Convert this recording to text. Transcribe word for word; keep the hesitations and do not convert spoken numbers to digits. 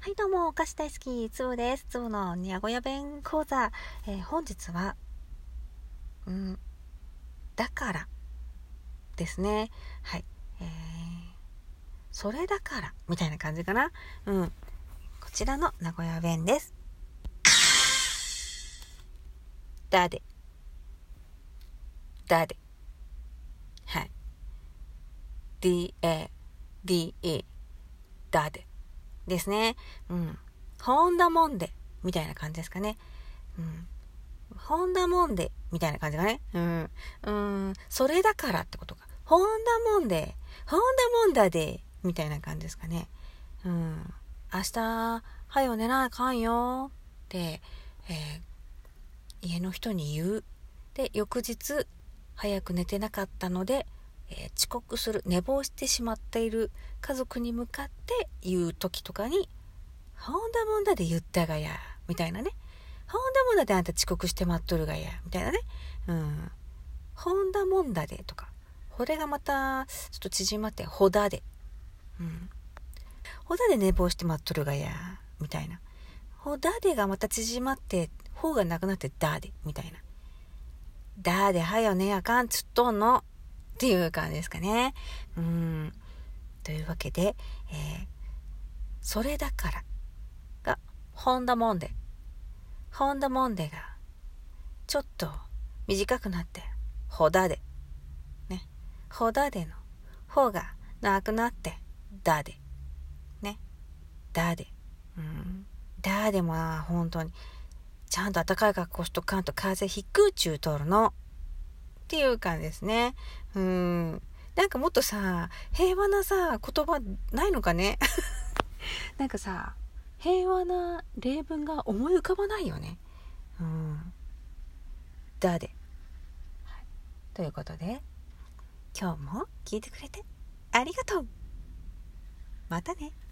はいどうも、お菓子大好きつぶです。つぶのにゃごや弁講座、えー、本日はうんだからですね。はい、えー、それだからみたいな感じかな。うんこちらの名古屋弁です。だでだではい ディーエーディーイー だでですね。うんほんだもんでみたいな感じですかね。うんほんだもんでみたいな感じがね。うん。うん。それだからってことか。ほんだもんで、ほんだもんだで、みたいな感じですかね。うん。明日、はよ寝なあかんよ。って、えー、家の人に言う。で、翌日、早く寝てなかったので、えー、遅刻する、寝坊してしまっている家族に向かって言う時とかに、ほんだもんだで言ったがや、みたいなね。ほんだもんだであんた遅刻して待っとるがや、みたいなね。うん。ほんだもんだでとか。これがまた、ちょっと縮まって、ほだで。うん。ほだで寝坊して待っとるがや、みたいな。ほだでがまた縮まって、ほがなくなってだで、みたいな。だではよねあかんつっとんの。っていう感じですかね。うん。というわけで、えー、それだからが、ほんだもんで。ほんだもんでが、ちょっと短くなって、ほだで。ね。ほだでの、ほがなくなって、だで。ね。だで。うん。だでもな、本当に。ちゃんと暖かい格好しとかんと風邪ひくちゅうとるの。っていう感じですね。うん。なんかもっとさ、平和なさ、言葉ないのかね。なんかさ、平和な例文が思い浮かばないよね。うん。だで。はい、ということで、今日も聞いてくれてありがとう。またね。